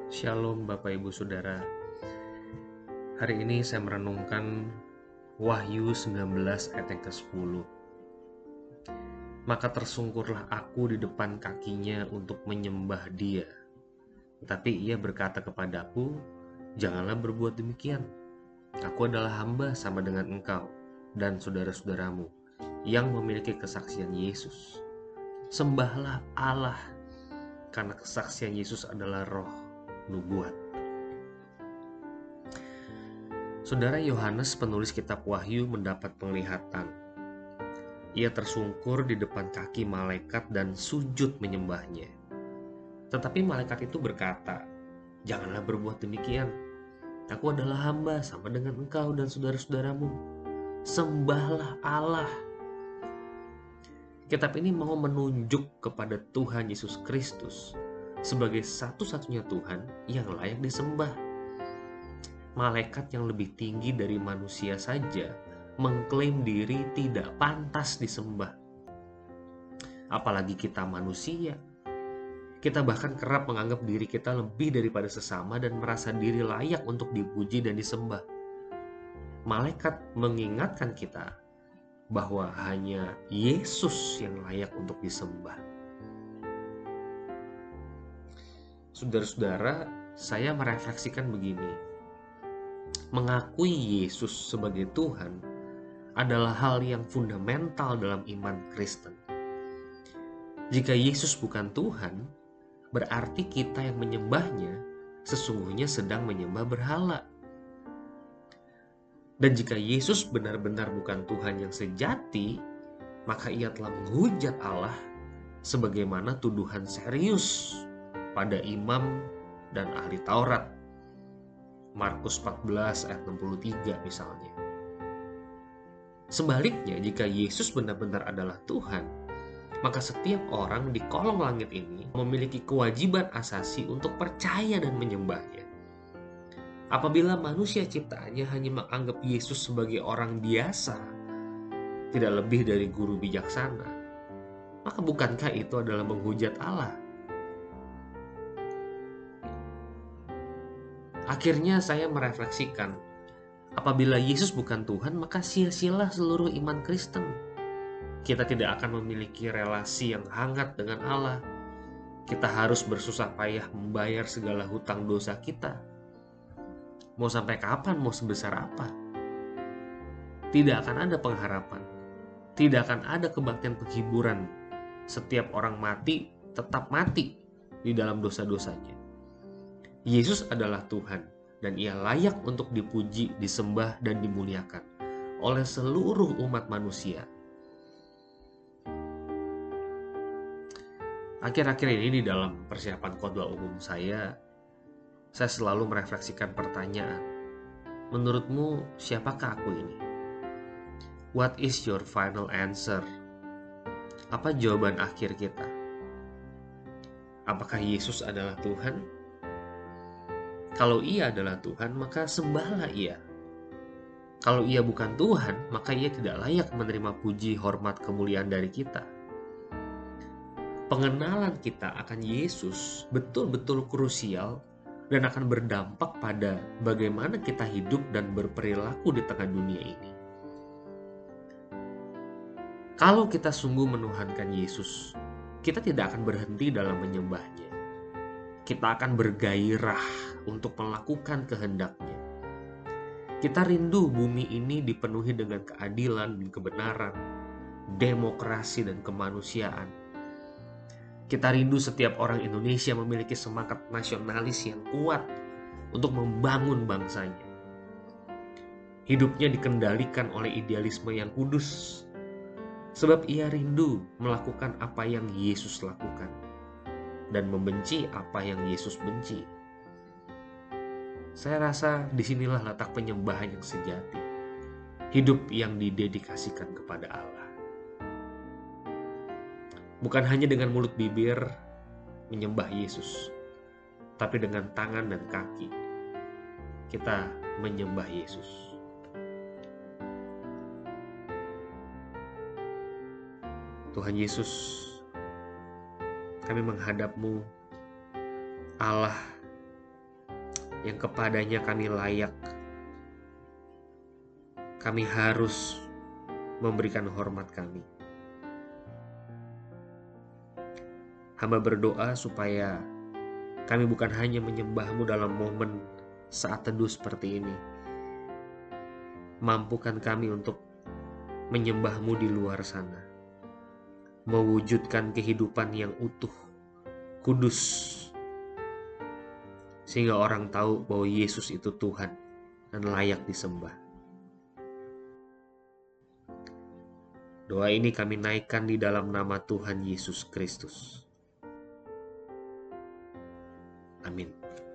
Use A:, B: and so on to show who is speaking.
A: Shalom Bapak Ibu Saudara. Hari ini saya merenungkan Wahyu 19 ayat yang ke-10. Maka tersungkurlah aku di depan kakinya untuk menyembah dia. Tetapi ia berkata kepadaku, janganlah berbuat demikian. Aku adalah hamba sama dengan engkau dan saudara-saudaramu yang memiliki kesaksian Yesus. Sembahlah Allah, karena kesaksian Yesus adalah roh nubuat. Saudara Yohanes, penulis kitab Wahyu, mendapat penglihatan. Ia tersungkur di depan kaki malaikat dan sujud menyembahnya. Tetapi malaikat itu berkata, janganlah berbuat demikian. Aku adalah hamba sama dengan engkau dan saudara-saudaramu. Sembahlah Allah. Kitab ini mau menunjuk kepada Tuhan Yesus Kristus sebagai satu-satunya Tuhan yang layak disembah. Malaikat yang lebih tinggi dari manusia saja mengklaim diri tidak pantas disembah. Apalagi kita manusia. Kita bahkan kerap menganggap diri kita lebih daripada sesama dan merasa diri layak untuk dipuji dan disembah. Malaikat mengingatkan kita bahwa hanya Yesus yang layak untuk disembah. Saudara-saudara, saya merefleksikan begini. Mengakui Yesus sebagai Tuhan adalah hal yang fundamental dalam iman Kristen. Jika Yesus bukan Tuhan, berarti kita yang menyembahnya sesungguhnya sedang menyembah berhala. Dan jika Yesus benar-benar bukan Tuhan yang sejati, maka ia telah menghujat Allah sebagaimana tuduhan serius pada imam dan ahli Taurat. Markus 14 ayat 63 misalnya. Sebaliknya, jika Yesus benar-benar adalah Tuhan, maka setiap orang di kolong langit ini memiliki kewajiban asasi untuk percaya dan menyembahnya. Apabila manusia ciptaannya hanya menganggap Yesus sebagai orang biasa, tidak lebih dari guru bijaksana, maka bukankah itu adalah menghujat Allah? Akhirnya saya merefleksikan, apabila Yesus bukan Tuhan, maka sia-sialah seluruh iman Kristen. Kita tidak akan memiliki relasi yang hangat dengan Allah. Kita harus bersusah payah membayar segala hutang dosa kita. Mau sampai kapan, mau sebesar apa? Tidak akan ada pengharapan. Tidak akan ada kebaktian penghiburan. Setiap orang mati, tetap mati di dalam dosa-dosanya. Yesus adalah Tuhan, dan ia layak untuk dipuji, disembah, dan dimuliakan oleh seluruh umat manusia. Akhir-akhir ini di dalam persiapan khotbah umum saya selalu merefleksikan pertanyaan. Menurutmu, siapakah aku ini? What is your final answer? Apa jawaban akhir kita? Apakah Yesus adalah Tuhan? Kalau ia adalah Tuhan, maka sembahlah ia. Kalau ia bukan Tuhan, maka ia tidak layak menerima puji, hormat, kemuliaan dari kita. Pengenalan kita akan Yesus betul-betul krusial dan akan berdampak pada bagaimana kita hidup dan berperilaku di tengah dunia ini. Kalau kita sungguh menuhankan Yesus, kita tidak akan berhenti dalam menyembahnya. Kita akan bergairah untuk melakukan kehendak-Nya. Kita rindu bumi ini dipenuhi dengan keadilan dan kebenaran, demokrasi dan kemanusiaan. Kita rindu setiap orang Indonesia memiliki semangat nasionalis yang kuat untuk membangun bangsanya. Hidupnya dikendalikan oleh idealisme yang kudus, sebab ia rindu melakukan apa yang Yesus lakukan dan membenci apa yang Yesus benci. Saya rasa disinilah letak penyembahan yang sejati. Hidup yang didedikasikan kepada Allah. Bukan hanya dengan mulut bibir menyembah Yesus, tapi dengan tangan dan kaki kita menyembah Yesus. Tuhan Yesus, kami menghadap-Mu, Allah yang kepadanya kami layak. Kami harus memberikan hormat kami. Hamba berdoa supaya kami bukan hanya menyembah-Mu dalam momen saat teduh seperti ini. Mampukan kami untuk menyembah-Mu di luar sana, mewujudkan kehidupan yang utuh, kudus, sehingga orang tahu bahwa Yesus itu Tuhan dan layak disembah. Doa ini kami naikkan di dalam nama Tuhan Yesus Kristus. Amin.